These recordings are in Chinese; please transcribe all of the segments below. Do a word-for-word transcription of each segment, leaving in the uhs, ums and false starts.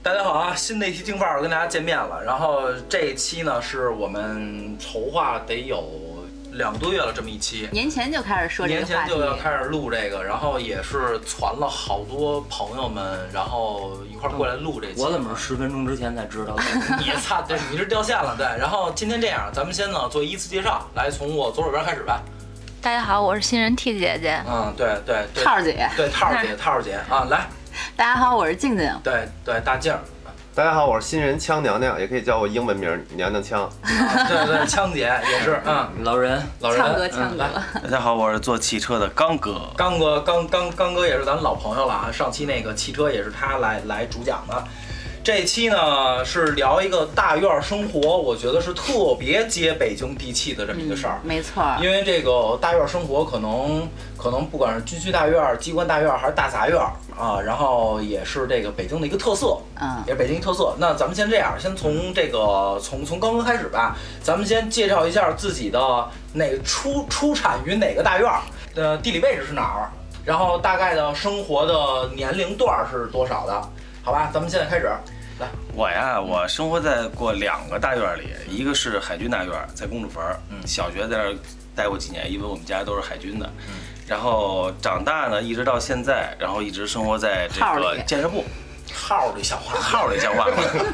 大家好啊！新的一期京范儿跟大家见面了。然后这一期呢，是我们筹划得有两个多月了，这么一期。 年前就开始说这个话题， 年前就要开始录这个，然后也是传了好多朋友们，然后一块儿过来录这期。 我怎么是十分钟之前才知道的？ 你操，对，你是掉线了，对。然后今天这样，咱们先呢做依次介绍，来从我左手边开始吧。 大家好，我是新人 T 姐姐。 嗯，对对对， 套儿姐， 对套儿姐，套儿姐啊，来。 大家好，我是静静。 对对，大静。 大家好，我是新人枪娘娘，也可以叫我英文名娘娘枪。 啊、对对，枪姐也是，嗯， 老人， 老人， 枪哥，枪哥、 嗯。大家好，我是做汽车的刚哥。 刚哥，刚刚刚哥也是咱们老朋友了啊，上期那个汽车也是他来来主讲的。这一期呢是聊一个大院生活，我觉得是特别接北京地气的这么一个事儿、 嗯。没错， 因为这个大院生活可能可能不管是军区大院、机关大院还是大杂院啊，然后也是这个北京的一个特色， 嗯， 也是北京特色。那咱们先这样，先从这个从从刚刚开始吧，咱们先介绍一下自己的哪出出产于哪个大院，呃，地理位置是哪儿，然后大概的生活的年龄段是多少的，好吧？咱们现在开始。来， 我呀，我生活在过两个大院里，一个是海军大院，在公主坟，嗯，小学在那儿待过几年，因为我们家都是海军的，嗯，然后长大呢，一直到现在，然后一直生活在这个建设部。 号里像话， 号里像话，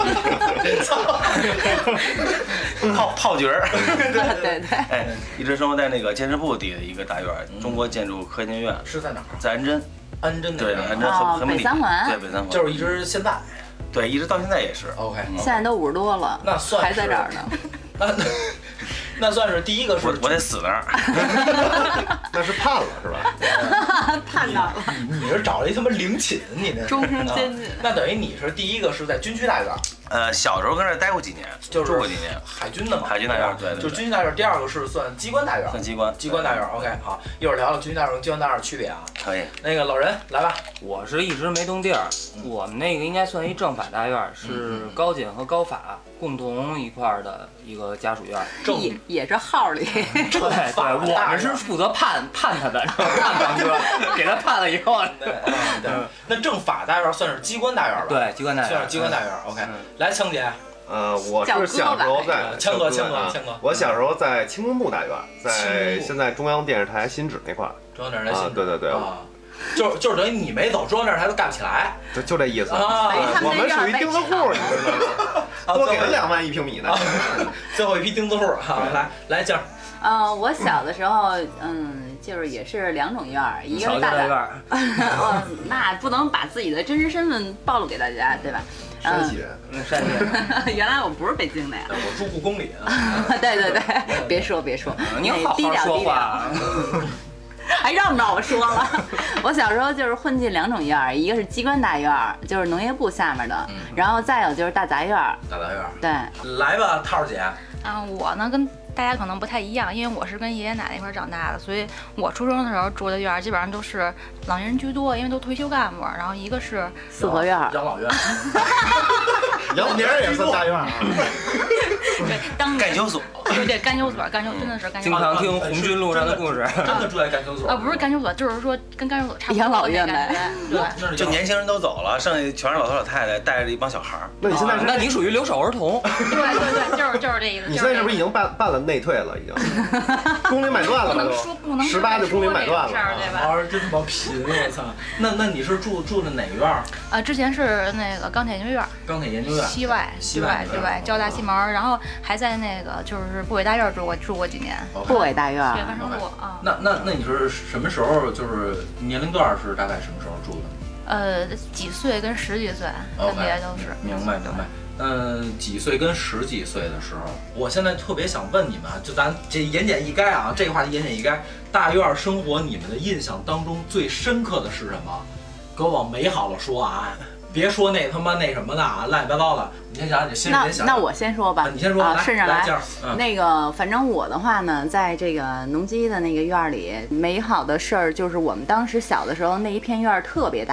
炮炮局儿， 对对对， 哎，一直生活在那个建设部底的一个大院，中国建筑科研院是在哪儿？ 在安贞， 安贞对，安贞哦， 和北三环， 对，北三环， 就是一直现在。 对，一直到现在也是。 OK， 现在都五十多了， 那算还在这儿呢。 那那算是第一个是， 我我得死那儿。 那是判了是吧？ 判到了。 你你是找了一他妈陵寝，你那终身监禁。 那等于你是第一个是在军区大院。 呃，小时候跟这儿待过几年， 就是住过几年， 海军的嘛。 海军大院，对对。 就是军区大院，第二个是算机关大院。 算机关。 机关大院 ，OK， 好，一会儿聊聊军区大院跟机关大院的区别啊。 可以。 那个老人来吧。 我是一直没动地儿，我们那个应该算一政法大院，是高检和高法共同一块儿的一个家属院。 也也是号里。 对对，我们是负责判判他的，判刚哥，给他判了以后。 对对。那政法大院算是机关大院吧？ 对，机关大院。 算是机关大院 ，OK。来，枪姐。 呃，我是小时候在枪哥，枪哥，枪哥。 我小时候在清工部大院，在现在中央电视台新址那块儿。 中央电视台新址。 对对对。 啊。就是就是等于你没走，中央电视台都干不起来。 就就这意思啊。 我们属于钉子户，你知道吗？多给了两万一平米呢。 最后一批钉子户哈，来来静。 呃，我小的时候，嗯，就是也是两种院儿，一个是大院儿。 哦，那不能把自己的真实身份暴露给大家，对吧？ 山西人， 嗯，山西人。 原来我不是北京的呀。 我住故宫里啊。 对对对，别说别说， 你好好说话。 还让不让我说了？我小时候就是混进两种院儿，一个是机关大院儿，就是农业部下面的，嗯、然后再有就是大杂院儿。 大杂院儿。 对。 来吧，套儿姐。 嗯，我呢跟大家可能不太一样，因为我是跟爷爷奶奶一块长大的，所以我出生的时候住的院儿基本上都是老年人居多，因为都退休干部。然后一个是四合院、 养老院。 养老年也算大院啊。 对，当干休所。 对对，干休所，干休真的是干休所。 经常听红军路上的故事。 真的住在干休所啊？不是干休所，就是说跟干休所差不多。 养老院呗。 对。 就年轻人都走了，剩下全是老头老太太带着一帮小孩儿。 那你现在是？ 那你属于留守儿童。 对对对，就是就是这意思。 你现在是不是已经办办了内退了？已经。工龄买断了吧都。 不能十八就工龄买断了。 对吧？ 啊，真他妈贫！我操。那那你是住住的哪个院儿？ 呃，之前是那个钢铁研究院。 钢铁研究院。 西外。 西外对外，交大西门，然后还在那个就是部委大院住过住过几年。 部委大院。 对，万盛路啊。 那那那你是什么时候？就是年龄段是大概什么时候住的？ 呃，几岁跟十几岁分别都是。 明白明白。嗯，几岁跟十几岁的时候，我现在特别想问你们，就咱这言简意赅啊，这个话题言简意赅。大院生活，你们的印象当中最深刻的是什么？给我往美好了说啊，别说那他妈那什么的啊，乱七八糟的。你先想，你先先想。 那那我先说吧， 啊、你先说啊，顺着来。 嗯、 那个，反正我的话呢，在这个农机的那个院里，美好的事儿就是我们当时小的时候那一片院特别大。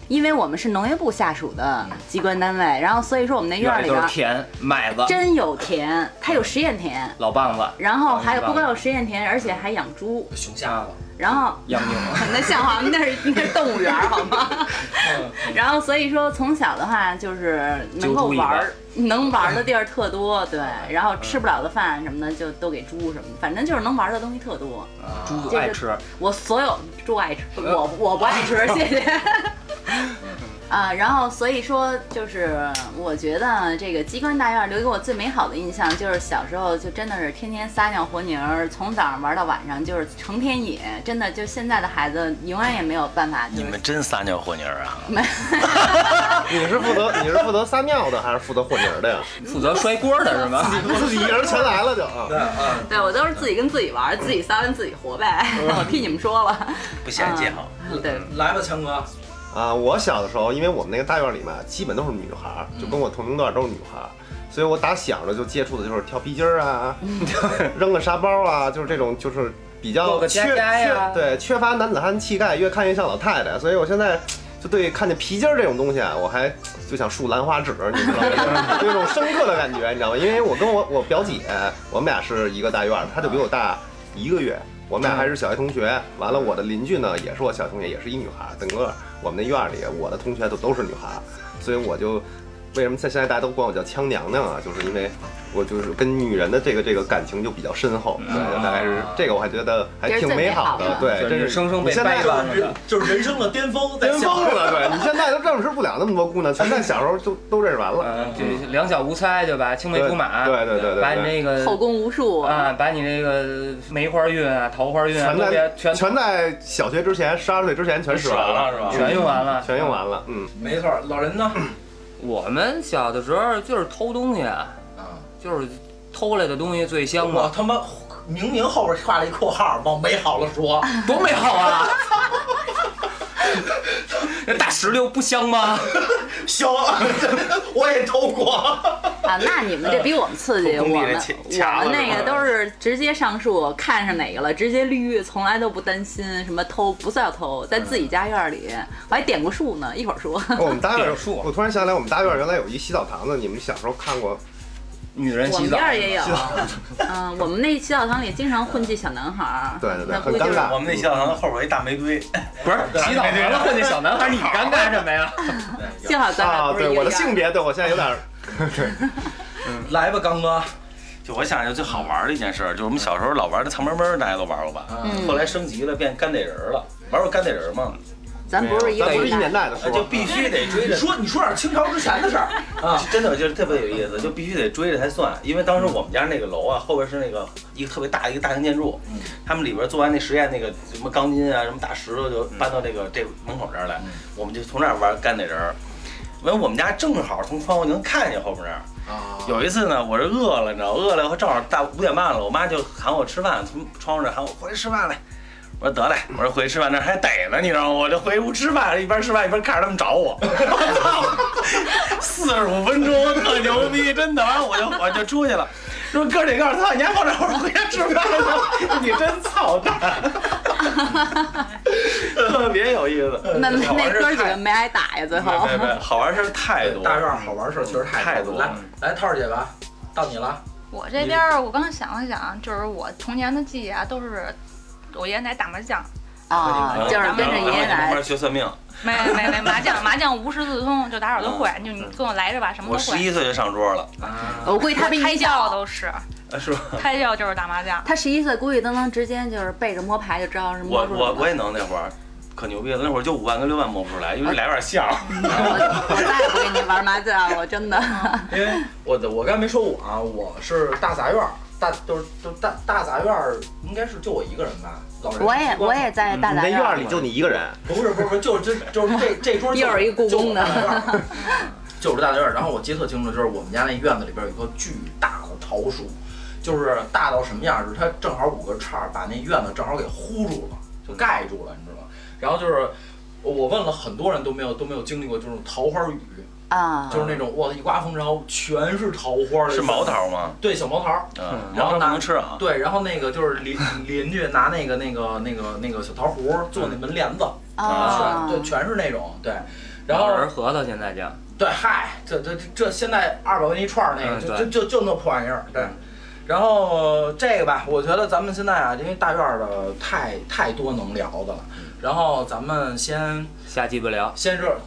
因为我们是农业部下属的机关单位，然后所以说我们那院儿里都是边田麦子， 真有田，它有实验田， 老棒子， 然后还有不光有实验田，而且还养猪、 熊瞎子。 然后养牛， 那像话吗？那是那是动物园好吗？然后所以说从小的话就是能够玩儿，能玩的地儿特多，对。然后吃不了的饭什么的就都给猪什么的，反正就是能玩的东西特多。 猪爱吃， 我所有猪爱吃，我我不爱吃，谢谢。啊，然后所以说就是我觉得这个机关大院留给我最美好的印象就是小时候就真的是天天撒尿和泥儿，从早上玩到晚上，就是成天野，真的就现在的孩子永远也没有办法。就是、 你们真撒尿和泥儿啊？ 没。 你是负责你是负责撒尿的还是负责和泥儿的呀？ 负责摔锅的是吗？ 自己一人全来了就啊。 对，嗯， 对我都是自己跟自己玩，自己撒完自己活呗。我替你们说了， 不嫌弃哈。 嗯、对， 来吧，强哥。 啊，我小的时候，因为我们那个大院里面基本都是女孩儿，就跟我同龄段都是女孩儿，所以我打小的就接触的就是跳皮筋儿啊，扔个沙包啊，就是这种就是比较缺缺对缺乏男子汉气概，越看越像老太太，所以我现在就对看见皮筋儿这种东西啊，我还就想竖兰花指，你知道吗？有一种深刻的感觉，你知道吗？因为我跟我我表姐，我们俩是一个大院儿，她就比我大一个月。我们俩还是小学同学，完了我的邻居呢也是我小学同学，也是一女孩。整个我们那院里，我的同学都都是女孩，所以我就为什么现在大家都管我叫枪娘娘啊？就是因为我就是跟女人的这个这个感情就比较深厚，对，大概是这个，我还觉得还挺美好的，对，真是生生被现在就是就是人生的巅峰， 巅峰了，对你现在都认识不了那么多姑娘，全在小时候都都认识完了， 嗯，就两小无猜对吧？青梅竹马， 对对对对， 把你那个后宫无数啊，把你那个梅花运啊、桃花运啊， 全在全全在小学之前，十二岁之前全使完了， 是吧？ 全用完了， 全用完了，嗯， 没错。老人呢？ 我们小的时候就是偷东西，啊，就是偷来的东西最香嘛。 我他妈明明后边画了一括号，往美好了说， 多美好啊！那大石榴不香吗？ 香，我也偷过。 啊，那你们这比我们刺激。我们我们那个都是直接上树，看上哪个了直接捋，从来都不担心什么偷，不算偷，在自己家院里，我还点过树呢。一会儿说。 我们大院树，我突然想起来，我们大院原来有一洗澡堂子，你们小时候看过？ 女人洗澡， 我们院也有。嗯，我们那洗澡堂里经常混迹小男孩。 对对对，很尴尬。 我们那洗澡堂后边有一大煤堆， 不是洗澡堂子混迹小男孩，你尴尬什么呀？ 幸好咱俩不是一个对我的性别，对我现在有点。对， 嗯，来吧，刚哥。 就我想想最好玩的一件事，就是我们小时候老玩的藏猫猫，大家都玩过吧？ 嗯。 后来升级了，变干逮人了。玩过干逮人吗？ 咱不是一个年代的， 就必须得追着。 你说你说点清朝之前的事儿啊， 真的就是特别有意思，就必须得追着才算。因为当时我们家那个楼啊，后边是那个一个特别大的一个大型建筑，他们里边做完那实验，那个什么钢筋啊，什么大石头就搬到这个这门口这儿来，我们就从那儿玩干逮人。完我们家正好从窗户能看见后边那儿。有一次呢，我是饿了，你知道，饿了，正好大五点半了，我妈就喊我吃饭，从窗户这喊我回去吃饭来。我说得嘞，我说回去吃饭，那还逮呢，你知道吗？我就回屋吃饭，一边吃饭一边看着他们找我。我操，四十五分钟特牛逼，真的。完我就我就出去了，说哥几个，操你家放这会儿回家吃饭去，你真操蛋，特别有意思。 那那哥几个没挨打呀？最后。 没没没，好玩事太多。 大院好玩事确实太多。 来来，涛儿姐吧，到你了。 我这边我刚想了想，就是我童年的记忆啊，都是。我爷爷奶打麻将， 啊，就是跟着爷爷奶学算命， 没没没麻将，麻将无师自通，就打手都会，就你跟我来着吧，什么都会。 我十一岁就上桌了， 我估计他比胎教都是， 是吧？ 胎教就是打麻将。 他十一岁估计都能直接就是背着摸牌就知道是摸出来。 我我我也能那会儿。可牛逼了，那会儿就五万跟六万摸不出来，因为来有点像。 我我再也不跟你玩麻将了，真的。 因为我的我刚才没说我啊，我是大杂院，大就是就大大杂院，应该是就我一个人吧。老人我也我也在大杂院。 你那院里就你一个人？ 不是不是不是，就这就是这这桌又是一故宫的。 就是大杂院，然后我记得特清楚，就是我们家那院子里边有一棵巨大的桃树，就是大到什么样，就是它正好五个叉把那院子正好给糊住了，就盖住了，你知道吗？然后就是我问了很多人都没有都没有经历过这种桃花雨啊， 就是那种哇一刮风潮全是桃花的， 是毛桃吗？ 对，小毛桃， 嗯， 然后不能吃啊。 对，然后那个就是邻邻居拿那个那个那个那个小桃核做那门帘子啊， 对，全是那种对。 然后人核桃现在叫。 对，嗨，这这这现在二百块钱一串儿那个，就就就就那破玩意儿，对。然后这个吧，我觉得咱们现在啊，因为大院的太太多能聊的了，然后咱们先下期不聊， 先热。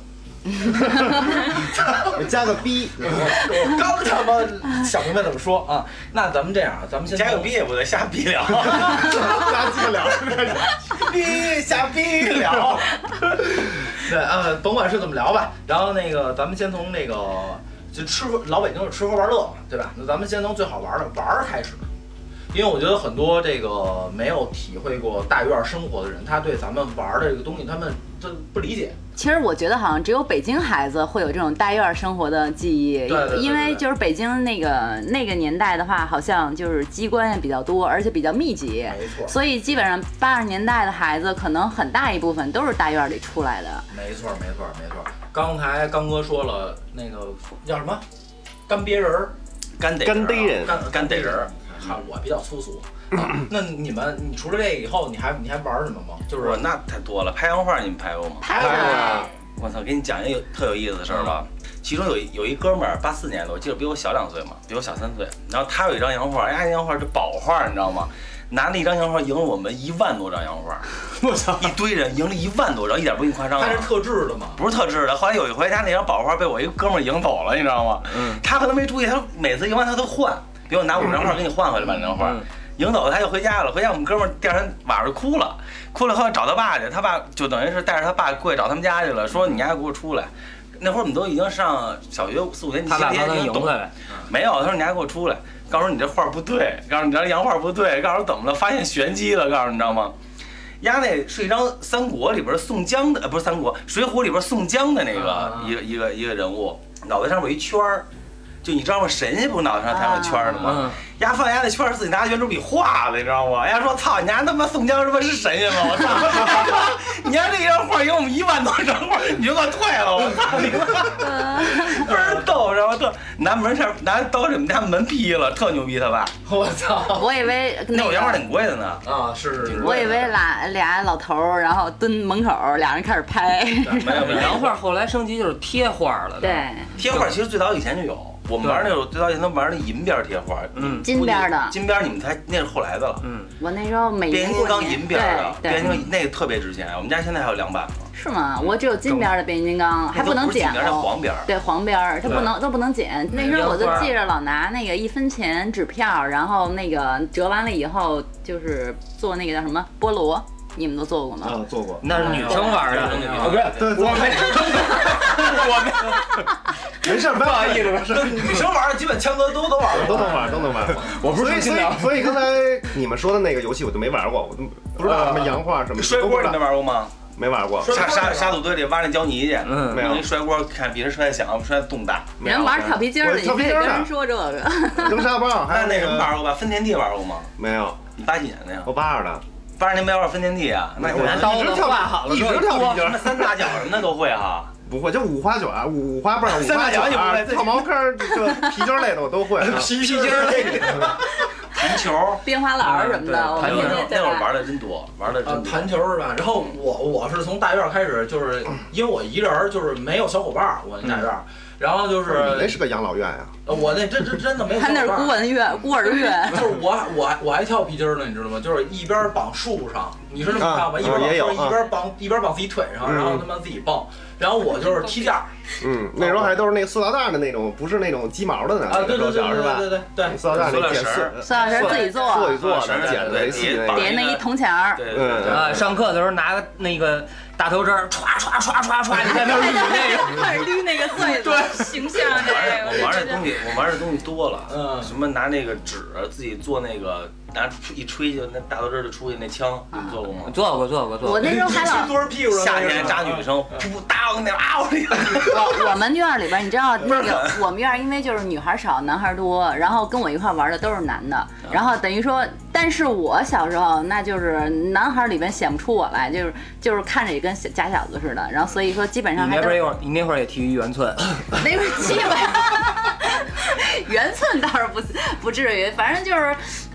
加个逼， 我我刚他妈想明白怎么说啊。那咱们这样，咱们先加个逼也不得瞎逼聊， 加鸡聊， 逼瞎逼聊。对，呃，甭管是怎么聊吧。然后那个，咱们先从那个就吃喝，老北京是吃喝玩乐嘛，对吧？那咱们先从最好玩的玩儿开始。因为我觉得很多这个没有体会过大院生活的人，他对咱们玩的这个东西，他们都不理解。 其实我觉得好像只有北京孩子会有这种大院生活的记忆， 对对对对， 因为就是北京那个那个年代的话，好像就是机关也比较多，而且比较密集， 没错。 所以基本上八十年代的孩子，可能很大一部分都是大院里出来的。 没错，没错，没错。刚才刚哥说了那个叫什么干瘪人儿， 干得干逮人， 干干逮人儿。 哈，我比较粗俗。啊、那你们，你除了这个以后，你还你还玩什么吗？就是那太多了。拍洋画你们拍过吗？ 拍过。 我操，给你讲一个特有意思的事儿吧。其中有有一哥们儿，八四年的，我记得比我小两岁嘛，比我小三岁。然后他有一张洋画，哎呀，那洋画是宝画，你知道吗？拿了一张洋画赢了我们一万多张洋画， 我操， 一堆人赢了一万多张，一点不给你夸张。 他是特制的吗？ 不是特制的。后来有一回，他那张宝画被我一个哥们儿赢走了，你知道吗？嗯。他可能没注意，他每次赢完他都换，比如我拿五张画给你换回来吧，那张画。嗯，赢走了，他就回家了。回家我们哥们儿第二天晚上哭了，哭了后来找他爸去，他爸就等于是带着他爸过去找他们家去了，说你家给我出来。那会儿我们都已经上小学四五年级， 他爸也已经懂了。 没有，他说你家给我出来，告诉你这画不对，告诉你这洋画不对，告诉怎么了，发现玄机了，告诉你知道吗？丫那是一张三国里边宋江的，呃，不是三国，水浒里边宋江的那个一个一个一个人物，脑袋上面有一圈儿。就你知道吗？神仙不是脑袋上才有圈的吗？丫放丫那圈自己拿圆珠笔画的，你知道吗？丫说操，你丫他妈宋江他妈是神仙吗？我操！你丫这张画赢我们一万多张画，你就给我退了！我操你妈！倍儿逗，然后特拿门上拿刀给我们家门劈了，特牛逼他爸！ 我操！ 我以为那我洋画挺贵的呢。 啊，是是是。 我以为俩俩老头儿，然后蹲门口，俩人开始拍。 没有没有， 洋画后来升级就是贴画了。 对， 贴画其实最早以前就有。我们玩那种最早以前都玩那银边贴画， 嗯，金边的， 金边你们才那是后来的了， 嗯，我那时候每变形金刚银边的， 对， 变形金刚那个特别值钱，我们家现在还有两把呢。 是吗？我只有金边的变形金刚，还不能剪哦，黄边， 对，黄边，它不能都不能剪。那时候我就记着老拿那个一分钱纸票，然后那个折完了以后就是做那个叫什么菠萝。你们都做过吗？ 啊，做过。 那是女生玩的， 不是，对，我没，我没，没事，不好意思，没事。 女生玩的基本枪哥都能玩， 都能玩，都能玩。我不是，所以所以所以刚才你们说的那个游戏我就没玩过，我都不知道什么洋画什么。 摔锅你没玩过吗？ 没玩过。 沙沙沙土堆里挖那胶泥去， 嗯， 没有。一摔锅看比人摔响，摔动大。 人玩跳皮筋儿的，你非得跟人说这个。 扔沙包，还有那什么玩过吧？分田地玩过吗？ 没有。 你八几年的呀？ 我八二的。 八十年没玩分田地啊？那我拿刀子画好了，一直跳皮筋， 什么三大脚什么的都会哈。 不会，就五花卷、五花瓣、五花卷、跳茅坑，这皮筋类的我都会。 皮皮筋类的。 弹球、 编花篮什么的， 弹球那会儿玩的真多，玩的真多。 弹球是吧？然后我我是从大院开始，就是因为我一人就是没有小伙伴，我那大院。然后就是， 那是个养老院呀。 我那真真真的没有。 他那是孤儿院，孤儿院。 就是我我我还跳皮筋呢，你知道吗？就是一边绑树上，你是这么跳吗？一边绑一边绑一边绑自己腿上，然后他妈自己蹦。然后我就是踢架。 嗯，那时候还都是那塑料袋的那种，不是那种鸡毛的呢。 啊，对对对对对对对， 塑料袋那剪丝， 塑料绳自己做， 自己做的，剪的细的， 叠那一铜钱儿。 嗯啊，上课的时候拿个那个大头针，歘歘歘歘歘，你在那捋那个， 开始捋那个穗子， 对， 形象这个。 我玩的东西，我玩的东西多了， 嗯， 什么拿那个纸自己做那个。拿一吹就那大头针就出去那枪，你做过吗？ 做过做过做过。 我那时候还老多屁股上， 夏天扎女生，噗当那啊！ 我我们院里边，你知道那个我们院因为就是女孩少，男孩多，然后跟我一块玩的都是男的，然后等于说，但是我小时候那就是男孩里边显不出我来，就是就是看着也跟假小子似的，然后所以说基本上还都。 你那会儿你那会儿也体育圆寸， 那会儿基本上圆寸倒是不不至于，反正就是。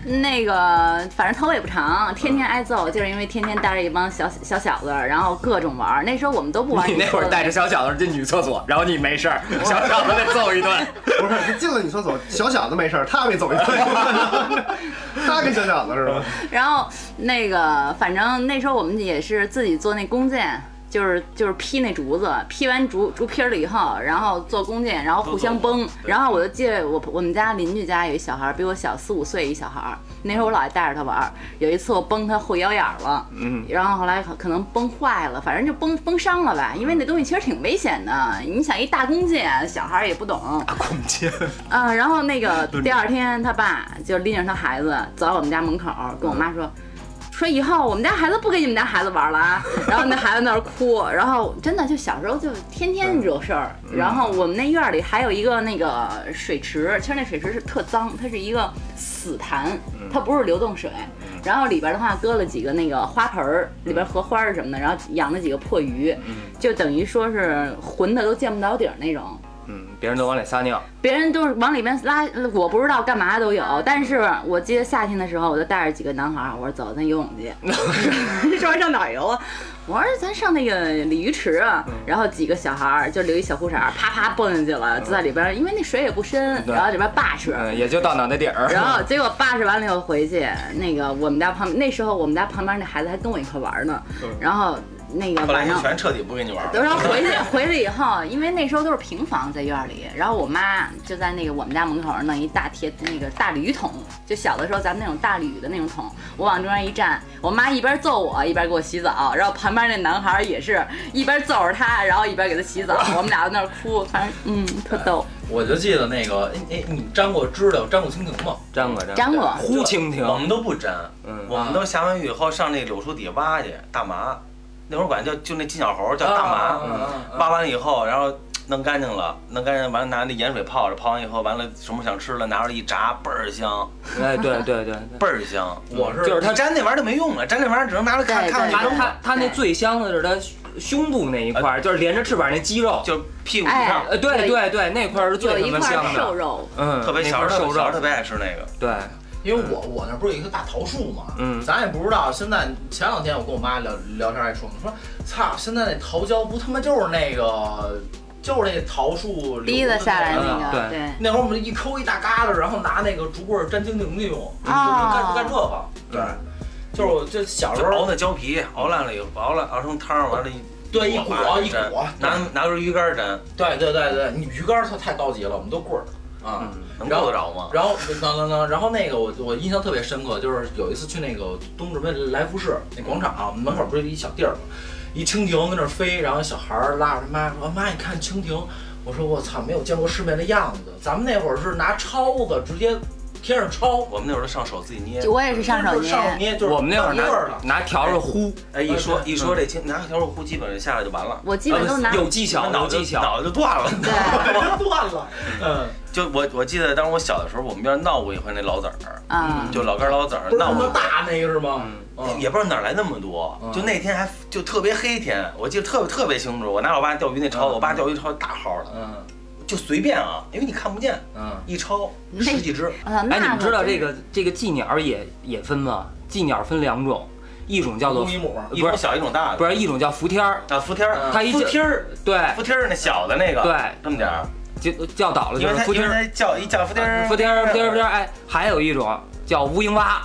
那个反正头也不长，天天挨揍，就是因为天天带着一帮小小小子，然后各种玩。那时候我们都不玩。 你那会儿带着小小子进女厕所，然后你没事儿，小小子得揍一顿。 不是，他进了女厕所，小小子没事儿，他被揍一顿。他跟小小子是吧？ 然后那个反正那时候我们也是自己做那弓箭。就是就是劈那竹子，劈完竹竹皮了以后，然后做弓箭，然后互相崩。然后我就记得我我们家邻居家有一小孩，比我小四五岁一小孩，那时候我老爱带着他玩。有一次我崩他后腰眼了，嗯，然后后来可能崩坏了，反正就崩崩伤了吧。因为那东西其实挺危险的，你想一大弓箭，小孩也不懂。 大弓箭。 啊、呃，然后那个第二天他爸就拎着他孩子走到我们家门口，跟我妈说。说以后我们家孩子不跟你们家孩子玩了啊，然后那孩子那儿哭，然后真的就小时候就天天惹事儿。然后我们那院里还有一个那个水池，其实那水池是特脏，它是一个死潭，它不是流动水。然后里边的话搁了几个那个花盆儿，里边荷花什么的，然后养了几个破鱼，就等于说是浑的都见不着底儿那种。 嗯，别人都往里撒尿， 别人都是往里面拉，我不知道干嘛都有。但是我记得夏天的时候，我就带着几个男孩，我说走，咱游泳去。说上哪儿游啊？我说咱上那个鲤鱼池啊。然后几个小孩就留一小裤衩，啪啪蹦进去了，就在里边，因为那水也不深，然后里边把式， 嗯，也就到脑袋底儿。 然后结果把式完了以后回去，那个我们家旁边那时候我们家旁边那孩子还跟我一块玩呢，然后。那个后来就全彻底不跟你玩了。 然后回去回来以后，因为那时候都是平房在院里，然后我妈就在那个我们家门口弄一大铁那个大铝桶，就小的时候咱们那种大铝的那种桶，我往中间一站，我妈一边揍我一边给我洗澡，然后旁边那男孩也是一边揍着他，然后一边给他洗澡，我们俩在那儿哭，反正嗯特逗。 我就记得那个，哎，你沾过知道沾过蜻蜓吗？ 沾过， 沾过。 呼蜻蜓， 我们都不沾， 嗯， 我们都下完雨以后上那柳树底挖去大麻。那会儿管叫就那金小猴叫大麻，挖完了以后，然后弄干净了，弄干净完了拿那盐水泡着，泡完以后完了什么想吃了拿出来一炸，倍儿香。 哎，对对对， 倍儿香。 我是就是它粘那玩意儿就没用了，粘那玩意儿只能拿来看看它它它那最香的是它胸部那一块，就是连着翅膀那肌肉， 就屁股上。 呃，对对对，那块是最他妈香的。 瘦肉， 嗯， 特别小时候小时候特别爱吃那个。 对。 因为我我那不是有一棵大桃树嘛， 嗯， 咱也不知道。现在前两天我跟我妈聊聊天还说呢，说操，现在那桃胶不他妈就是那个，就是那桃树滴的下来那个， 对。 那会儿我们一抠一大疙瘩，然后拿那个竹棍粘蜻蜓去用， 啊， 干干这个，对，就是我就小时候熬那胶皮，熬烂了以后，熬烂熬成汤，完了一对一裹一裹， 拿拿根鱼竿粘。 对对对对，你鱼竿它太高级了，我们都棍儿。啊， 能够得着吗？ 然后能能能，然后那个我我印象特别深刻，就是有一次去那个东直门来福士那广场门口不是一小地儿吗？一蜻蜓跟那飞，然后小孩拉着他妈说：“妈，你看蜻蜓。”我说：“我操，没有见过世面的样子。”咱们那会儿是拿抄子直接贴上抄， 我们那会儿上手自己捏。 我也是上手捏， 上手捏就是我们那会儿拿拿笤帚呼。 哎，一说一说这蜻拿笤帚呼，基本上下来就完了。 我基本都拿有技巧，有技巧， 脑子就断了， 对， 断了。嗯。 就我我记得当时我小的时候，我们边闹过一回那老子儿， 啊， 就老根老子儿闹过。 大那个是吗？ 嗯，也不知道哪来那么多。就那天还就特别黑天，我记得特别特别清楚。我拿我爸钓鱼那抄，我爸钓鱼抄大号的，嗯，就随便啊，因为你看不见，嗯，一抄十几只。 哎，你们知道这个这个寄鸟也也分吗？寄鸟分两种。一种叫做一种小一种大的， 不是一种叫伏天儿啊，伏天儿， 它一伏天儿， 对， 伏天儿那小的那个， 对， 这么点儿。 就叫倒了，就是伏天儿， 叫一叫伏天儿， 伏天儿，伏天儿，伏天儿。哎，还有一种叫乌蝇蛙，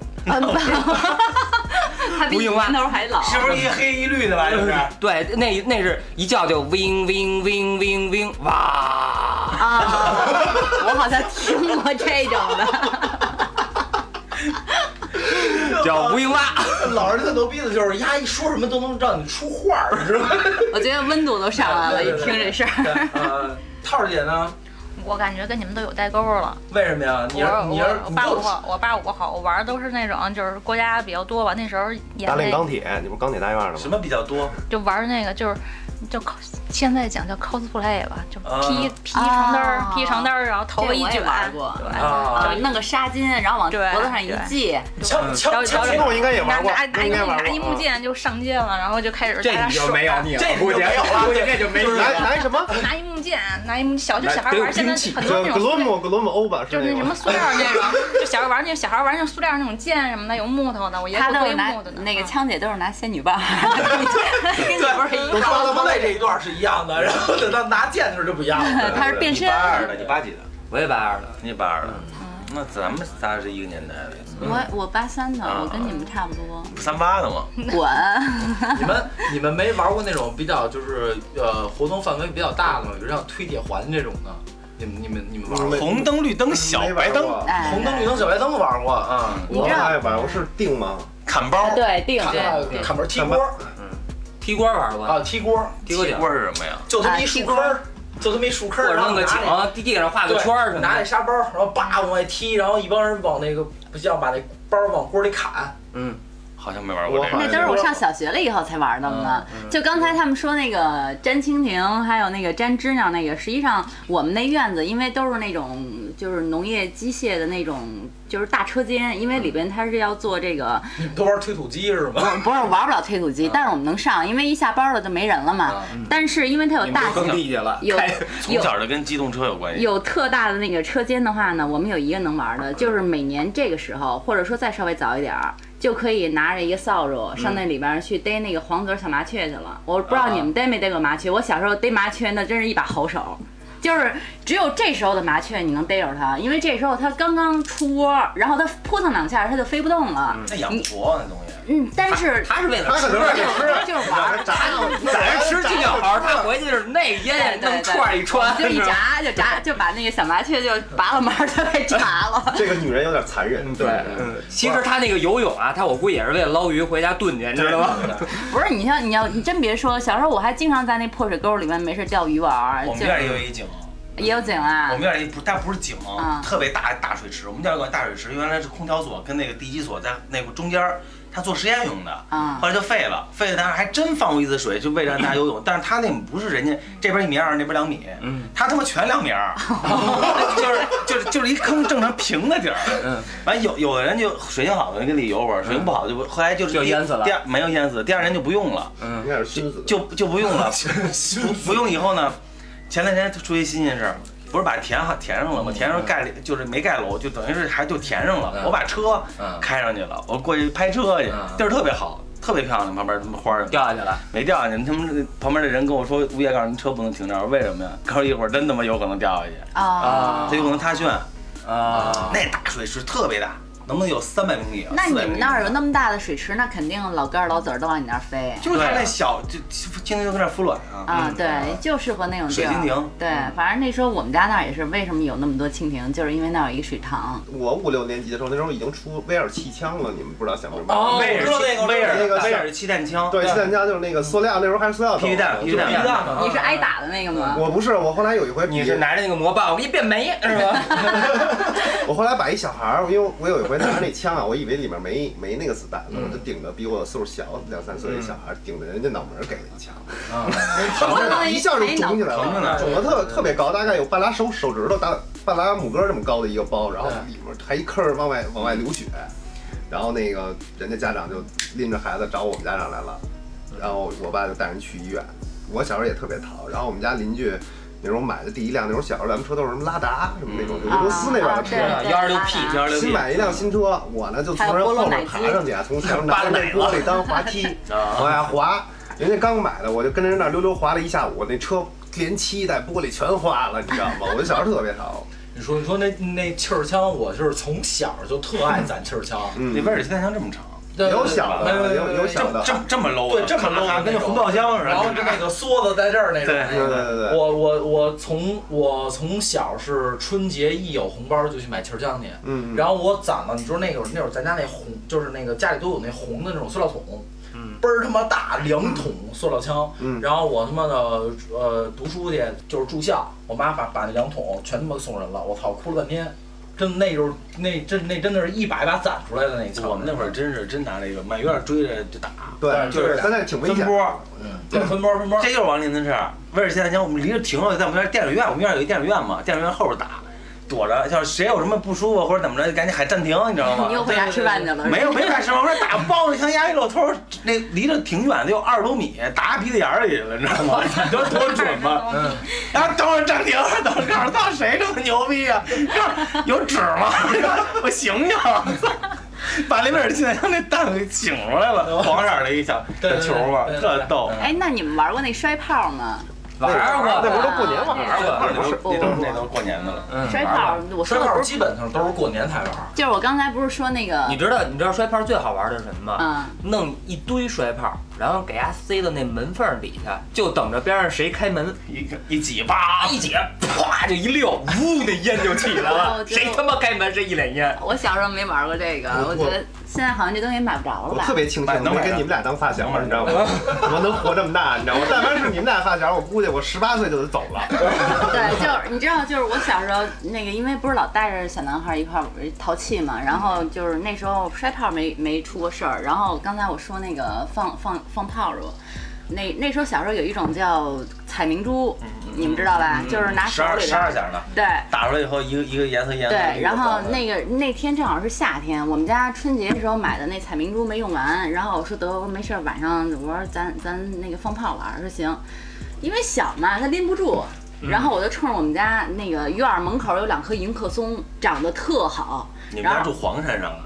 它比年头还老， 是不是一黑一绿的吧？就是。 对，那那是一叫就 wing wing wing wing wing 哇啊！我好像听过这种的。 叫乌蝇蛙， 老人特牛逼的就是丫一说什么都能让你出画儿，你知道吗？ 我觉得温度都上来了，一听这事儿。 呃，套儿姐呢？ 我感觉跟你们都有代沟了。 为什么呀？你我你我八五后，我八五后，我玩的都是那种就是国家比较多吧，那时候演大炼钢铁，你不是钢铁大院的吗？ 什么比较多？ 就玩那个就是就 cos 现在讲叫 cosplay 吧，就啊披披长灯儿， 啊披长灯儿，然后头发一这我也卷， 玩过对， 啊就弄个纱巾，然后往对脖子上一系， 枪然枪后枪这个我应该也拿玩过， 拿拿一应该玩过。 拿一木剑就上街了，然后就开始这你就大家耍没有你了， 这你就估计没有了估计这就没你拿了。 拿一什么？ 拿一木剑，拿一木小就小孩得有玩，现在兵器很多就格那种塑料伦姆格伦姆欧吧， 就是那那种。 什么塑料那种，就小孩玩那小孩玩那种塑料那种剑什么的，有木头的，我爷爷会他都是拿堆木头的。 那个嗯枪姐都是拿仙女棒，跟你不是一跟样。 花子类这一段是一样的，然后等到拿剑的时候就不一样了。 他是变身， 八二的，你八几的？ 我也八二的， 你八二的，那咱们仨是一个年代的， 我我八三的， 啊我跟你们差不多。 三八的嘛。 滚！ 你们你们没玩过那种比较就是呃活动范围比较大的吗？比如像推铁环这种的，你们你们你们玩过？ 没红灯绿灯小白灯， 哎， 红灯绿灯小白灯玩过啊， 我你知道爱玩，我是定吗？ 砍包。 对定看对对， 看门踢锅踢锅玩过， 啊，踢锅， 踢锅井， 锅是什么呀？ 就这么一树坑儿，就这么一树坑儿， 或者然后弄个井拿那， 地上画个圈儿什么的。 拿那沙包，然后叭往外踢，然后一帮人往那个不像把那包往锅里砍。 嗯， 好像没玩过这我个。 那都是我上小学了以后才玩的呢。就刚才他们说那个粘蜻蜓，还有那个粘知了那个，实际上我们那院子因为都是那种就是农业机械的那种，就是大车间，因为里边它是要做这个， 你们都玩推土机是吗？ 不是玩不了推土机，但是我们能上，因为一下班了就没人了嘛。但是因为它有大耕地去了， 有开从小就跟机动车有关系。 有特大的那个车间的话呢，我们有一个能玩的，就是每年这个时候，或者说再稍微早一点儿，就可以拿着一个扫帚上那里边去逮那个黄格小麻雀去了。我不知道你们逮没逮过麻雀，我小时候逮麻雀那真是一把好手。就是只有这时候的麻雀你能逮着它，因为这时候它刚刚出窝，然后它扑腾两下它就飞不动了。 那养不活那东西。 嗯，但是他是为了吃他可，能是就是就是玩儿， 炸咱是吃鸡脚好，他回去是那烟对对弄串儿一穿， 就一炸就炸就把那个小麻雀就拔了毛就给炸了。 这个女人有点残忍。 对，嗯，其实他那个游泳啊，他我估计也是为了捞鱼回家炖去，你知道吗？ 不是，你像你要你真别说，小时候我还经常在那破水沟里面没事钓鱼玩儿，就我们院儿也有一井， 也有井啊我们。院儿里不，但不是井嗯， 特别大大水池。我们家有个大水池，原来是空调所跟那个地基所在那个中间儿，它做实验用的。 嗯后来就废了，废了，但是还真放过一次水，就为了让大家游泳。但是他那不是人家这边一米二，那边两米， 嗯， 他他妈全两米二，就是就是就是一坑正常平的地儿。 嗯， 完有有的人就水性好的跟里游会儿，水性不好的就不后来就是第就淹死了第二没有淹死，第二年就不用了， 应该是熏死的。 就就不用了。不不用以后呢，前两天出一新鲜事儿。不是把填好填上了吗？填上盖就是没盖楼，就等于是还就填上了。 嗯我把车嗯开上去了，我过去拍车去嗯， 地儿特别好，特别漂亮。旁边什么花儿掉下去了， 没掉下去，他们旁边的人跟我说，物业告诉您车不能停这儿，我说为什么呀？告诉一会儿真他妈有可能掉下去， 啊它有可能塌陷。 啊， 那大水池特别大，能不能有三百公里啊？ 那你 400公里们那儿有那么大的水池，那肯定老干儿老籽儿都往你那儿飞。 就是它那小，就天天就跟那儿孵卵啊。 啊，对，就适合那种地儿。 水蜻蜓对，反正那时候我们家那儿也是，为什么有那么多蜻蜓，就是因为那儿有一个水塘。 我五六年级的时候，那时候已经出威尔气枪了，你们不知道想不明白？ 哦威尔我知道那个威尔那个威尔气弹枪， 对，气弹枪就是那个塑料，那时候还是塑料斗霹雳弹霹雳弹就是皮蛋嘛， 你是挨打的那个吗？ 我不是，我后来有一回， 你是拿着那个魔棒，我给你变没，是吧？ 我后来把一小孩儿，因为我有一回拿着那枪啊，我以为里面没没那个子弹呢，我就顶着比我岁数小两三岁的小孩儿，顶着人家脑门儿给了一枪， 啊， 一下就肿起来疼着呢了，肿得特特别高，大概有半拉手手指头大，半拉拇哥这么高的一个包，然后里面还一坑儿往外往外流血，然后那个人家家长就拎着孩子找我们家长来了，然后我爸就带人去医院，我小时候也特别淘，然后我们家邻居。那时候买的第一辆，那时候小时候咱们车都是什么拉达什么那种，就俄罗斯那边的车， 幺二六 P，幺二六新 P， 买一辆新车，我呢就从人后面爬上去啊，从前面拿着那玻璃当滑梯，往下滑。人家刚买的，我就跟人那溜溜滑了一下午，我那车连漆带玻璃全花了，你知道吗？我就小时候特别淘。 你说你说那那气儿枪，我就是从小就特爱攒气儿枪。 嗯那威尔气弹枪这么长， 有小的，有有小的， 这这么 low， 对，这么 low 跟那红爆箱似的。 然后就那个梭子在这儿那种。 对对对对对。 我我我从我从小是春节一有红包就去买气儿枪去， 嗯， 然后我攒了，你说那会儿那会儿咱家那红就是那个家里都有那红的那种塑料桶， 嗯， 倍儿他妈大两桶塑料枪， 嗯然后我他妈的呃读书去就是住校，我妈把把那两桶全他妈送人了，我操哭了半天， 真那就是那真那真的是一把一把攒出来的那枪。 我们那会儿真是真拿这个满院追着就打， 对， 就是咱那挺危险。 分波， 嗯，对，分波分波。 这就是王林的事儿。威尔现在讲，我们离着停了，在我们那电影院，我们院有一电影院嘛，电影院后边打。躲着，要是谁有什么不舒服或者怎么着，赶紧喊暂停，你知道吗？ 你又回家吃饭去了？ 没有，没干吃饭，我说打包着枪压一老头，那离着挺远的，有二十多米，打鼻子眼里了，你知道吗？你知道多准吗？嗯。然后等会儿暂停，等会儿告诉他谁这么牛逼啊？有纸吗？我醒醒。把那边现在那蛋给醒出来了，黄色的一小小球嘛，特逗。 哎，那你们玩过那摔炮吗？ 玩过， 那不是都过年玩玩过， 那都那都那都过年的了。 嗯，摔炮，我摔炮基本上都是过年才玩。 就是我刚才不是说那个， 你知道你知道摔炮最好玩的是什么吗？ 嗯， 弄一堆摔炮，然后给它塞到那门缝底下，就等着边上谁开门， 一一挤吧， 一挤，啪就一溜，呜，那烟就起来了。谁他妈开门谁一脸烟。 我小时候没玩过这个，我觉得现在好像这东西买不着了吧。 我特别庆幸能跟你们俩当发小，你知道吗？我能活这么大，你知道吗？但凡是你们俩发小，我估计我十八岁就得走了。 对，就是你知道，就是我小时候那个，因为不是老带着小男孩一块淘气嘛，然后就是那时候摔炮没没出过事儿。然后刚才我说那个放放放炮竹，那那时候小时候有一种叫彩明珠，你们知道吧？就是拿手里十二响的， 对， 打出来以后一个一个颜色颜色。 对，然后那个那天正好是夏天，我们家春节的时候买的那彩明珠没用完，然后我说得我说没事晚上我说咱咱那个放炮玩，说行，因为小嘛他拎不住。然后我就冲着我们家那个院门口有两棵迎客松，长得特好。 你们家住黄山上啊？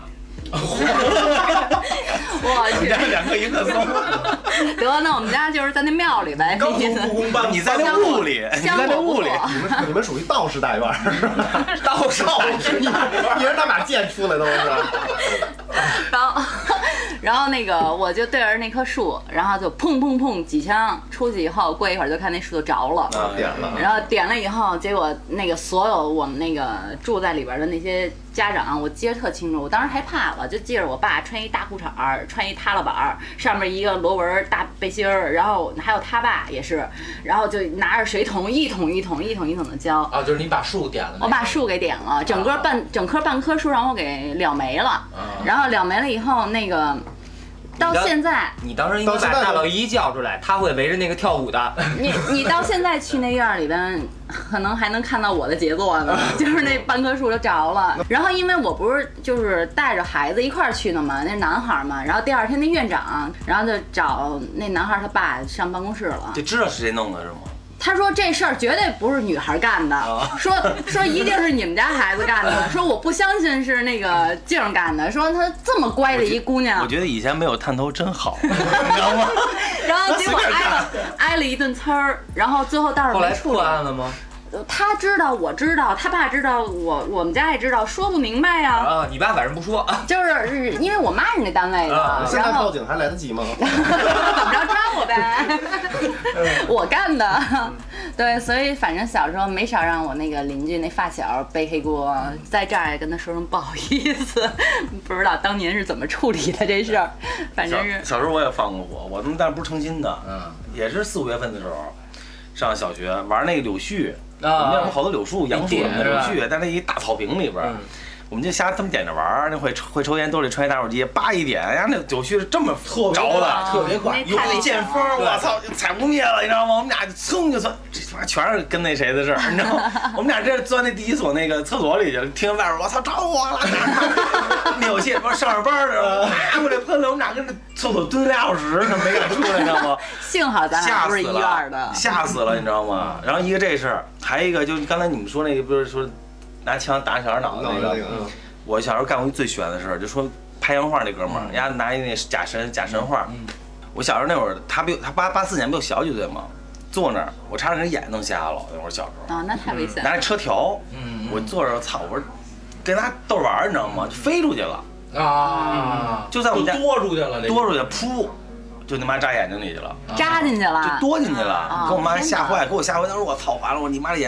我去， 家两棵迎客松。 得，那我们家就是在那庙里呗。 刚从故宫搬， 你在那屋里，你在那屋里， 你们你们属于道士大院是吧？ 道士大院， 一人拿把剑出来都是。 然后，然后那个我就对着那棵树，然后就砰砰砰几枪出去以后，过一会儿就看那树就着了， 点了。 然后点了以后，结果那个所有我们那个住在里边的那些家长，我记得特清楚。我当时害怕了，就记着我爸穿一大裤衩儿，穿一塌了板儿，上面一个螺纹大背心儿，然后还有他爸也是，然后就拿着水桶一桶一桶一桶一桶的浇。 啊，就是你把树点了。 我把树给点了，整个半整棵半棵树让我给燎没了。然后燎没了以后，那个到现在， 你当时应该把大老姨叫出来，他会围着那个跳舞的。 你你到现在去那院里边，可能还能看到我的杰作呢，就是那半棵树就着了。然后因为我不是就是带着孩子一块儿去的嘛，那男孩嘛，然后第二天那院长，然后就找那男孩他爸上办公室了， 就知道是谁弄的是吗？ 他说这事儿绝对不是女孩干的，说说一定是你们家孩子干的，说我不相信是那个静干的，说她这么乖的一姑娘， 我觉得以前没有探头真好，你知道吗？ 然后结果挨了挨了一顿呲儿，然后最后倒是后来没处理。 破案了吗？ 他知道，我知道，他爸知道，我我们家也知道，说不明白呀。 啊，你爸反正不说， 就是因为我妈是那单位的， 啊、 现在报警还来得及吗？ 怎么着抓我呗？我干的，对，所以反正小时候没少让我那个邻居那发小背黑锅，在这儿也跟他说声不好意思，不知道当年是怎么处理的这事儿，反正是小时候我也放过火，我他妈但不是成心的，嗯，也是四五月份的时候，上小学玩那个柳絮。啊，我们那有好多柳树、杨树什么的柳絮，在那一大草坪里边，嗯、我们就瞎他们点着玩儿。那会会抽烟，兜里揣一打火机，叭一点，呀，那柳絮是这么着的， 特别快， 有一见风，我操，踩不灭了，你知道吗？我们俩噌就钻，这他妈全是跟那谁的事儿，你知道吗？我们俩这钻那第一所那个厕所里去，听外边我操着火了，柳絮不是上着班呢，啪过来喷了，我们俩跟那厕所蹲俩小时，他没敢出来，你知道吗？ 幸好咱俩不是一院的， 吓死了，你知道吗？然后一个这事儿。还有一个就是刚才你们说那个，不是说拿枪打小孩脑袋那个？我小时候干过一最悬的事儿，就说拍洋画那哥们儿，人家拿一那假神假神画。我小时候那会儿，他比他八八四年比我小几岁嘛，坐那儿，我差点给眼弄瞎了。那会儿小时候。 啊，那太危险了。 拿着车条，我坐着，操！我说跟他逗玩儿，你知道吗？就飞出去了啊！ 就在我们家多出去了， 多出去，噗！就他妈扎眼睛里去了， 扎进去了， 就多进去了，给我妈吓坏，给我吓坏。当时我操，完了，我你妈的眼，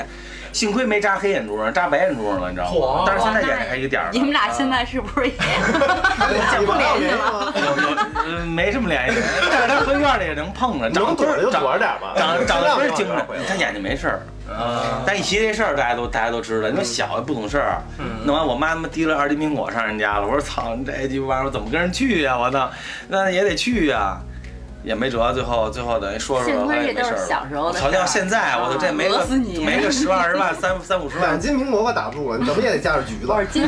幸亏没扎黑眼珠，扎白眼珠了，你知道吗？但是现在眼睛还一个点儿。 你们俩现在是不是也不联系了？ 有有没什么联系，但是他和院里也能碰着，长能躲着就躲着点吧， 长长得倍儿精神，他眼睛没事儿。 啊， 但一提这事儿，大家都大家都知道，你说小也不懂事儿，弄完我妈他妈提了二斤苹果上人家了，我说操，你这鸡巴玩意儿我怎么跟人去呀？我操，那也得去呀。也没辙，最后最后等于说说， 幸亏这都是小时候的事儿。 好像现在我都这没个没个十万二十万三三五十万， 两斤苹果可打不住，你怎么也得加点橘子。 我是金。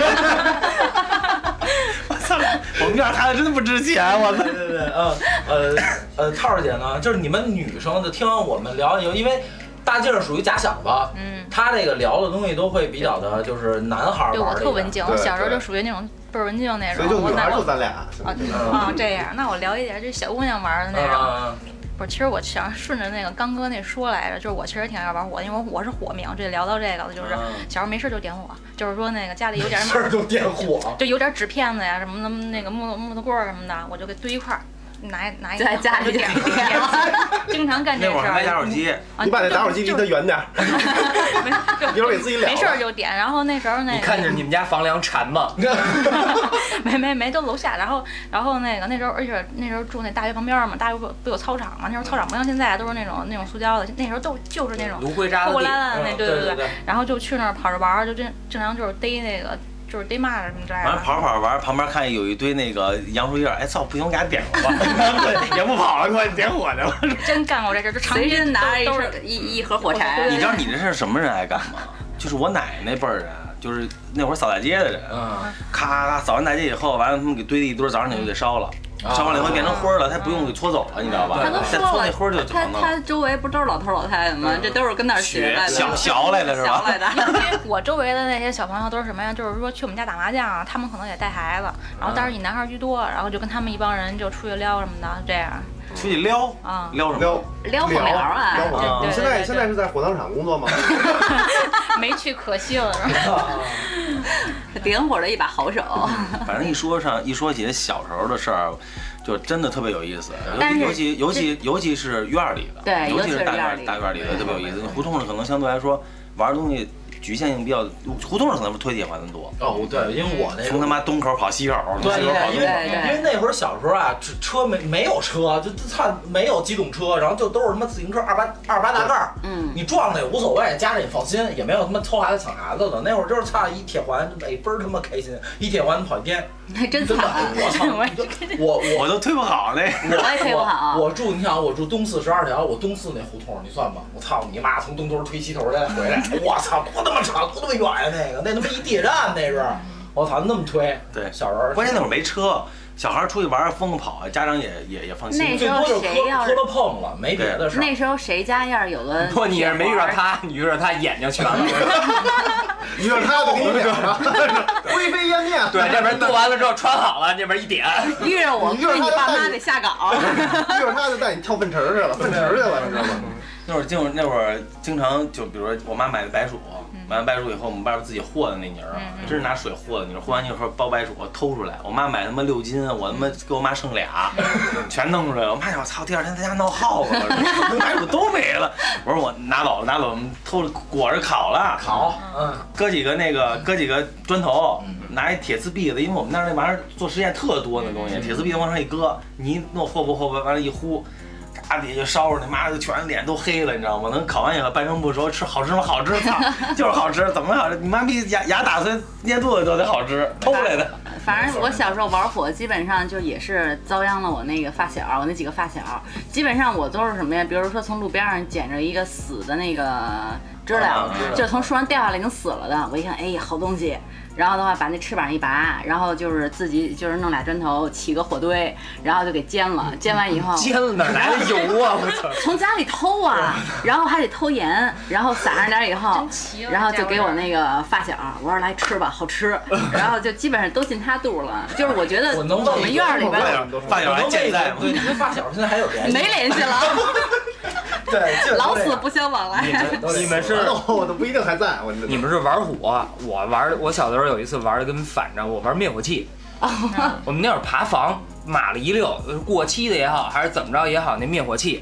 我操，我们院孩子真的不值钱，我操。 对对对，呃呃呃，套儿姐呢，就是你们女生就听完我们聊以后，因为大劲儿属于假想子， 嗯， 他这个聊的东西都会比较的，就是男孩对我玩的。 特文静，我小时候就属于那种倍儿文静那种。 所以就女孩我就咱俩。 啊啊这样，那我聊一点这小姑娘玩的那种。不是，其实我想顺着那个刚哥那说来着，就是我其实挺爱玩火，因为我是火命。这聊到这个了，就是小时候没事就点火，就是说那个家里有点事儿就点火， 就有点纸片子呀什么的，那个木头木头棍儿什么的，我就给堆一块儿。拿拿一在家里点点，经常干这事儿。 那会儿还没打火机， 你把那打火机离他远点，一会儿给自己燎。 没事就点，然后那时候那个。 你看着你们家房梁馋吗？ 没没没，都楼下。然后然后那个那时候，而且那时候住那大学旁边嘛，大学不不有操场嘛？那时候操场不像现在都是那种那种塑胶的，那时候都就是那种芦灰渣子地。 那对对对。然后就去那儿跑着玩，就经经常就是逮那个。就是逮蚂蚱什么之类的。 完了跑跑玩，旁边看有一堆那个杨树叶，哎操，不行，我给它点了吧，也不跑了，给我点火去了。 真干过这事，就随身拿着一一一盒火柴。 你知道你这是什么人爱干吗？就是我奶奶那辈儿人，就是那会儿扫大街的人，咔咔咔扫完大街以后，完了他们给堆了一堆，早上你就给烧了。烧完了以后变成灰了，他不用给搓走了，你知道吧？ 他都说了， 那灰就他他周围不都是老头老太太吗？这都是跟那儿学来的， 小学来的是吧？ 学来的。 因为我周围的那些小朋友都是什么呀？就是说去我们家打麻将啊，他们可能也带孩子，然后但是以男孩居多，然后就跟他们一帮人就出去撩什么的，这样。 出去撩啊， 撩什么？ 撩撩火苗啊！ 你现在现在是在火葬场工作吗？ 没去，可惜了，是吧？ 点火的一把好手。 反正一说上一说起小时候的事儿，就真的特别有意思。尤其尤其尤其是院里的， 对， 尤其是大院大院里的特别有意思。胡同里可能相对来说玩的东西局限性比较，胡同里可能推铁环的多。 哦，对，因为我那从他妈东口跑西口， 对， 西口跑因为因为那会儿小时候啊，车没没有车，就操没有机动车，然后就都是他妈自行车二八二八大盖儿，嗯，你撞了也无所谓，家里也放心，也没有他妈偷孩子抢孩子的。那会儿就是操一铁环，哎倍儿他妈开心，一铁环跑一天， 还真惨， 我操，我我我都推不好那， 我也推不好。 我住你想我住东四十二条，我东四那胡同你算吧，我操你妈从东头推西头再回来，我操多他妈长多他妈远。那个那他妈一地铁站那是，我操那么推。 对， 小时候关键那会儿没车，小孩出去玩疯疯跑，家长也也也放心。 那时候谁要是磕了碰了，没别的事。 那时候谁家要是有个， 不，你是没遇到他，你遇到他眼睛全了。 遇到他就给你点了，灰飞烟灭。 对，这边剁完了之后穿好了，这边一点。 遇着我，遇着你爸妈得下岗。 遇着他就带你跳粪池去了，粪池去了，你知道吗？ 那会儿经那会儿经常就比如说我妈买的白薯，买完白薯以后我们外边自己和的那泥儿，真是拿水和的泥儿，和完泥儿后包白薯偷出来，我妈买他妈六斤，我他妈给我妈剩俩，全弄出来了。我妈说我操，第二天在家闹耗子了，白薯都没了。我说我拿走了，拿走，我们偷了裹着烤了， 烤，嗯， 搁几个那个搁几个砖头，拿一铁丝篦子，因为我们那儿那玩意儿做实验特多那东西，铁丝篦子往上一搁，你弄和不和不完了，一呼。大底下就烧着，那妈的全脸都黑了，你知道吗？等烤完以后半生不熟，吃好吃吗？好吃，操，就是好吃，怎么好吃？你妈逼牙牙打碎捏肚子都得好吃，偷来的。 反正我小时候玩火，基本上就也是遭殃了我那个发小，我那几个发小，基本上我都是什么呀？比如说从路边上捡着一个死的那个知了，就从树上掉下来已经死了的，我一看，哎，好东西。然后的话，把那翅膀一拔，然后就是自己就是弄俩砖头起个火堆，然后就给煎了。煎完以后， 煎了哪来的油啊？我操！ 从家里偷啊，然后还得偷盐，然后撒上点以后，然后就给我那个发小，我说来吃吧，好吃。然后就基本上都进他肚了。就是我觉得我们院里边发小还健在吗？ 对，你跟发小现在还有联系？ 没联系了。 对， 老死不相往来。 你们是我都不一定还在。我你们是玩火，我玩我小的时候有一次玩的跟反着，我玩灭火器。我们那会儿爬房码了一溜，过期的也好，还是怎么着也好，那灭火器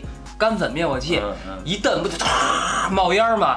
干粉灭火器， 嗯嗯一蹬不就冒烟吗？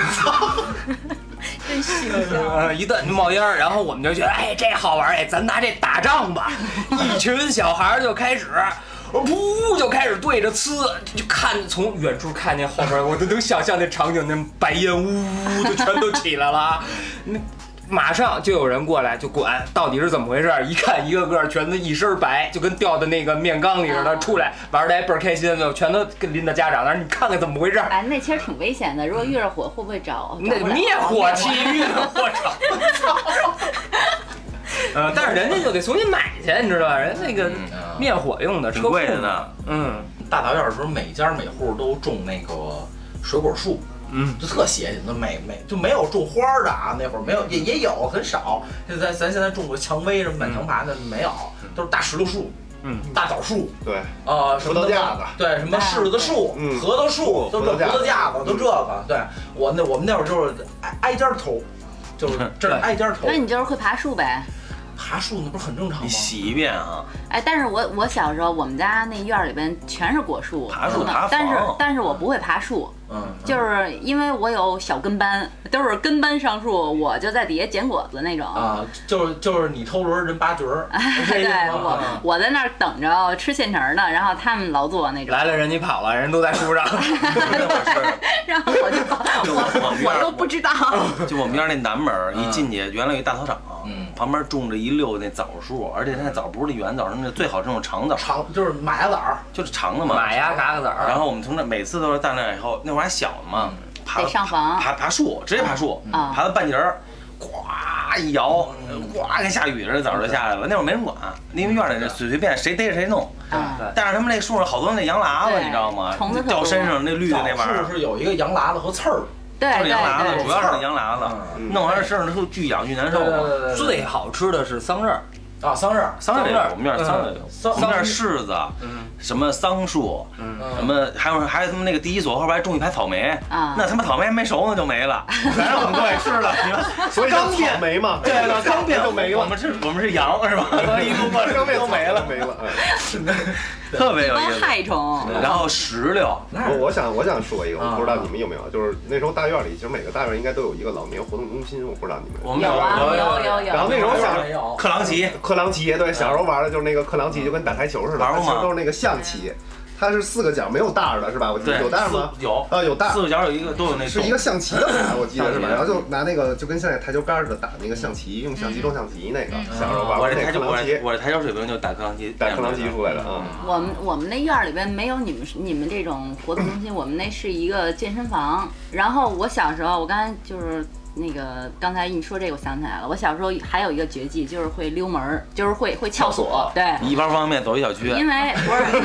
真形象。 一蹬就冒烟，然后我们就觉得，哎，这好玩，哎，咱拿这打仗吧。一群小孩就开始，噗就开始对着呲，就看从远处看见后边，我都能想象那场景，那白烟呜呜就全都起来了。那马上就有人过来就管到底是怎么回事，一看一个个全都一身白，就跟掉到那个面缸里似的，出来玩的还倍儿开心，就全都跟拎到家长那儿，你看看怎么回事。 哎，那其实挺危险的，如果遇着火会不会着？ 那灭火器遇着火着。呃，但是人家就得重新买去，你知道吧？人那个灭火用的， 挺贵的呢。 嗯， 大杂院的时候，每家每户都种那个水果树。 嗯， 就特邪性，就没没就没有种花的啊，那会儿没有，也也有很少。现在咱现在种过蔷薇什么满墙爬的没有，都是大石榴树， 嗯， 大枣树， 对， 啊， 葡萄架子， 对，什么柿子树、 嗯核桃树，都这葡萄架子，都这个。对我那我们那会儿就是挨挨家偷，就是这挨家偷。 所以你就是会爬树呗？ 爬树那不是很正常吗？ 你洗一遍啊！ 哎，但是我我小时候我们家那院里边全是果树， 爬树爬房， 但是但是我不会爬树。 嗯， 就是因为我有小跟班，都是跟班上树，我就在底下捡果子那种。 啊，就是就是你偷轮人拔角儿， 对我我在那儿等着吃现成的，然后他们劳作那种。 来了人家跑了，人都在树上。 然后我就我我都不知道。 就我们院那南门一进去，原来有一大操场， 嗯， 旁边种着一溜那枣树，而且那枣不是那圆枣，是那最好这种长枣， 长就是马牙枣儿， 就是长的嘛， 马牙嘎嘎枣。 然后我们从那每次都是到那以后，那会儿还小呢嘛，爬得上房， 爬爬树，直接爬树，爬到半截儿，咵一摇，咵跟下雨似的，枣就下来了。那会儿没人管，因为院里随随便谁逮着谁弄。但是他们那树上好多那羊喇子，你知道吗？掉身上那绿的那玩意儿， 是有一个羊喇子和刺儿。 对对对， 羊喇子主要是羊喇子，弄完身上都巨痒巨难受嘛。 最好吃的是桑葚。 啊，桑葚， 桑葚有，我们院桑葚有，我们院柿子， 嗯， 什么桑树，嗯，什么还有还有他们那个第一所后边还种一排草莓，啊，那他妈草莓还没熟呢就没了，反正我们都给吃了， 所以叫草莓嘛， 对了，刚变就没了。 我们是我们是羊是吧？一路过刚变都没了没了， 特别有意思。 害虫， 然后石榴， 我我想我想说一个，我不知道你们有没有，就是那时候大院里，其实每个大院应该都有一个老年活动中心，我不知道你们我们有啊有有有。 然后那时候小有克朗奇， 克朗奇，对，小时候玩的就是那个克朗奇，就跟打台球似的， 玩过吗？ 都是那个象棋。它是四个角没有带儿的是吧？我记得有带儿吗？ 有啊，有带儿。 四个角有一个都有那。 是一个象棋的牌，我记得是吧？然后就拿那个就跟现在台球杆似的打那个象棋，用相机装象棋那个。小时候玩我这台球， 克朗奇， 我这台球水平就打克朗奇， 打克朗奇出来的啊。 我们我们那院里边没有你们你们这种活动中心，我们那是一个健身房。然后我小时候，我刚才就是。那个刚才一说这个，我想起来了。我小时候还有一个绝技，就是会溜门儿，就是会会撬锁。对， 一包方便面走一小区。 因为不是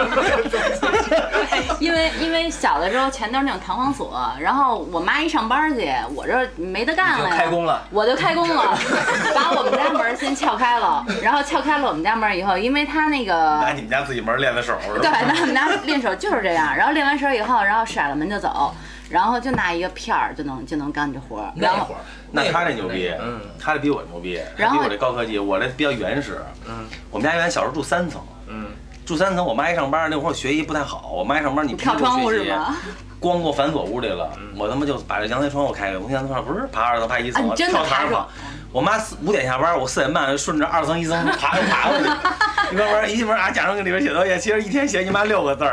因为因为因为小的时候全都是那种弹簧锁，然后我妈一上班去，我这没得干了呀， 开工了， 我就开工了，把我们家门先撬开了，然后撬开了我们家门以后，因为他那个拿你们家自己门练的手是吧？ 对，拿我们家练手就是这样，然后练完手以后，然后甩了门就走。然后就拿一个片儿就能就能干这活儿，然后那他这牛逼，嗯，他这比我牛逼， 然后比我这高科技，我这比较原始， 嗯， 我们家原来小时候住三层，嗯，住三层，我妈一上班那会儿学习不太好，我妈一上班你跳窗户是吗？ 光给我反锁屋里了，我他妈就把这阳台窗户开开，我阳台窗户不是爬二层爬一层，跳台上。我妈四五点下班，我四点半顺着二层一层爬又爬过去，一边玩一进门啊，假装搁里边写作业，其实一天写你妈六个字儿。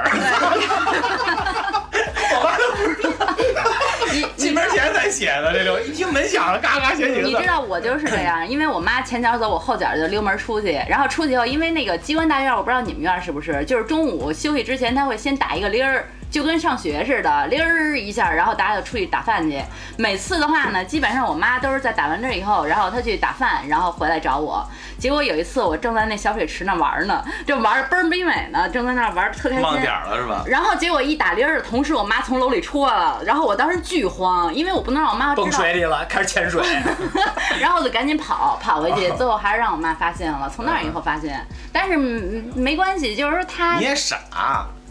我妈都不知道，进门前才写的这六，一听门响了，嘎嘎写几个字。 你知道我就是这样，因为我妈前脚走，我后脚就溜门出去，然后出去以后，因为那个机关大院，我不知道你们院是不是，就是中午休息之前，他会先打一个铃儿。就跟上学似的，铃儿一下，然后大家就出去打饭去。每次的话呢，基本上我妈都是在打完这以后，然后她去打饭，然后回来找我。结果有一次我正在那小水池那玩呢，就玩倍儿美美呢，正在那玩特开心。 忘点了是吧？ 然后结果一打铃儿，同时我妈从楼里出来了，然后我当时巨慌，因为我不能让我妈知道。 蹦水里了，开始潜水。 然后我就赶紧跑跑回去，最后还是让我妈发现了。从那以后发现，但是没关系，就是说她你也傻。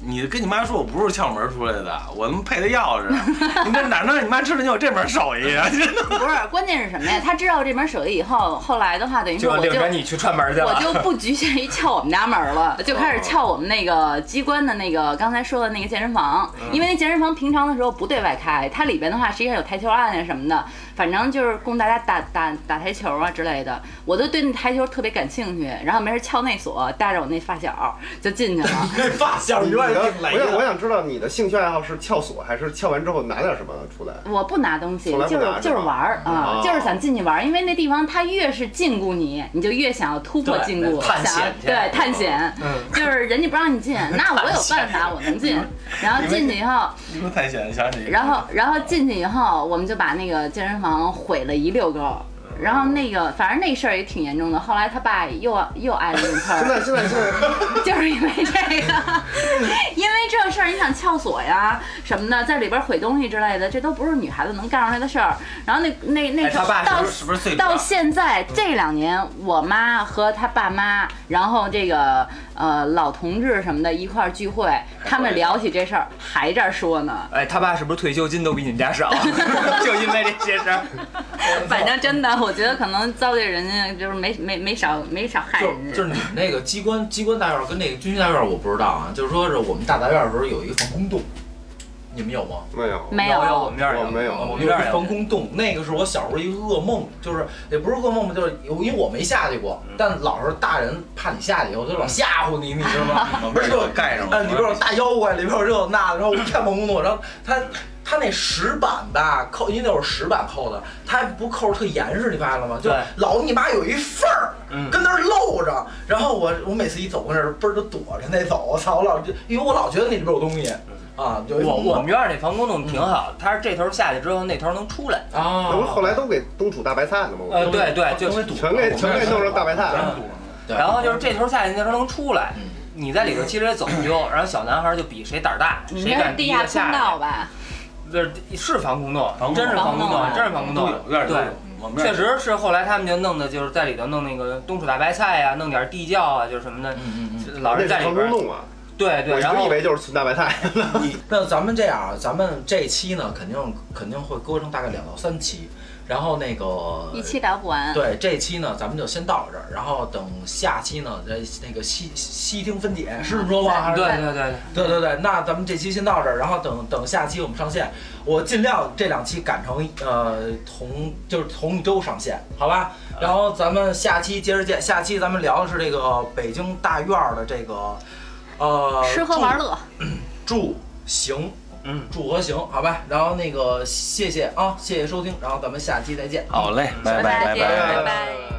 你跟你妈说我不是窍门出来的，我他妈配的钥匙，你这哪能让你妈知道你有这门手艺啊？ 不是，关键是什么呀？他知道这门手艺以后，后来的话等于说我就领着你去串门去了， 我就不局限于撬我们家门了，就开始撬我们那个机关的那个刚才说的那个健身房，因为那健身房平常的时候不对外开，它里边的话实际上有台球案啊什么的，反正就是供大家打打打台球啊之类的，我都对那台球特别感兴趣，然后没事撬那锁，带着我那发小就进去了。 那发小永远挺雷我想我的。 想知道你的兴趣爱好是撬锁，还是撬完之后拿点什么出来？ 我不拿东西， 从来不就是拿是吧就是玩儿啊， 哦就是想进去玩儿，因为那地方它越是禁锢你，你就越想要突破禁锢， 对探想要险去对探险，就是人家不让你进，那我有办法，我能进。然后进去以后， 你说太险，想起一个然后然后进去以后，我们就把那个健身房毁了一溜够。然后那个，反正那事儿也挺严重的。后来他爸又又挨了一喷现在现在现在就是因为这个，因为这事儿，你想撬锁呀什么的，在里边毁东西之类的，这都不是女孩子能干出来的事儿。然后那那那时候哎他爸到是不是最主要到现在这两年，我妈和他爸妈，然后这个呃老同志什么的一块儿聚会，他们聊起这事儿还这儿说呢。 哎，他爸是不是退休金都比你们家少？就因为这些事儿。 反正真的，我觉得可能遭罪人家就是没没没少没少害就人家。 就是你们那个机关机关大院跟那个军区大院我不知道啊，就是说是我们大大院的时候有一个防空洞，你们有吗？ 没有没有有，我们这儿我没有我们有一防空洞，那个是我小时候一个噩梦，就是也不是噩梦吧，就是因为我没下去过，但老是大人怕你下去以后，就老吓唬你，你知道吗？不是就盖上了啊，里边有大妖怪，里边有这有那的，然后一片防空洞，然后他。他那石板吧扣，因为那会儿石板扣的，他还不扣着特严实，你发现了吗？就老你妈有一缝儿，跟那儿露着。然后我我每次一走过那儿，嘣儿就躲着那走，我操！我老就因为我老觉得那里边有东西啊。有一我我们院儿那防空洞挺好，它是这头下去之后，那头能出来。 啊， 那不是后来都给冬储大白菜了吗？ 呃，对对，就全给全给弄成大白菜了。 然后就是这头下去，那头能出来。你在里头其实也走不丢，然后小男孩就比谁胆儿大，谁敢地下通道吧？ 这是防空洞， 防空洞真是防空洞，真是防空洞。对，确实是后来他们就弄的，就是在里头弄那个冬储大白菜呀，弄点地窖啊，就是什么的， 嗯嗯老是在里边。 防空洞啊。 对对，然后后以为就是存大白菜。 那咱们这样，咱们这期呢，肯定肯定会割成大概两到三期。然后那个一期聊不完。 对，这期呢咱们就先到这儿，然后等下期呢，这那个细细听分解，是这么说吗？ 对对对对对对，那咱们这期先到这儿，然后等等下期我们上线，我尽量这两期赶成呃同就是同一周上线，好吧？然后咱们下期接着见，下期咱们聊的是这个北京大院的这个呃吃喝玩乐， 住行。 嗯， 住和行，好吧，然后那个谢谢啊，谢谢收听，然后咱们下期再见。 好嘞，拜拜拜拜拜拜。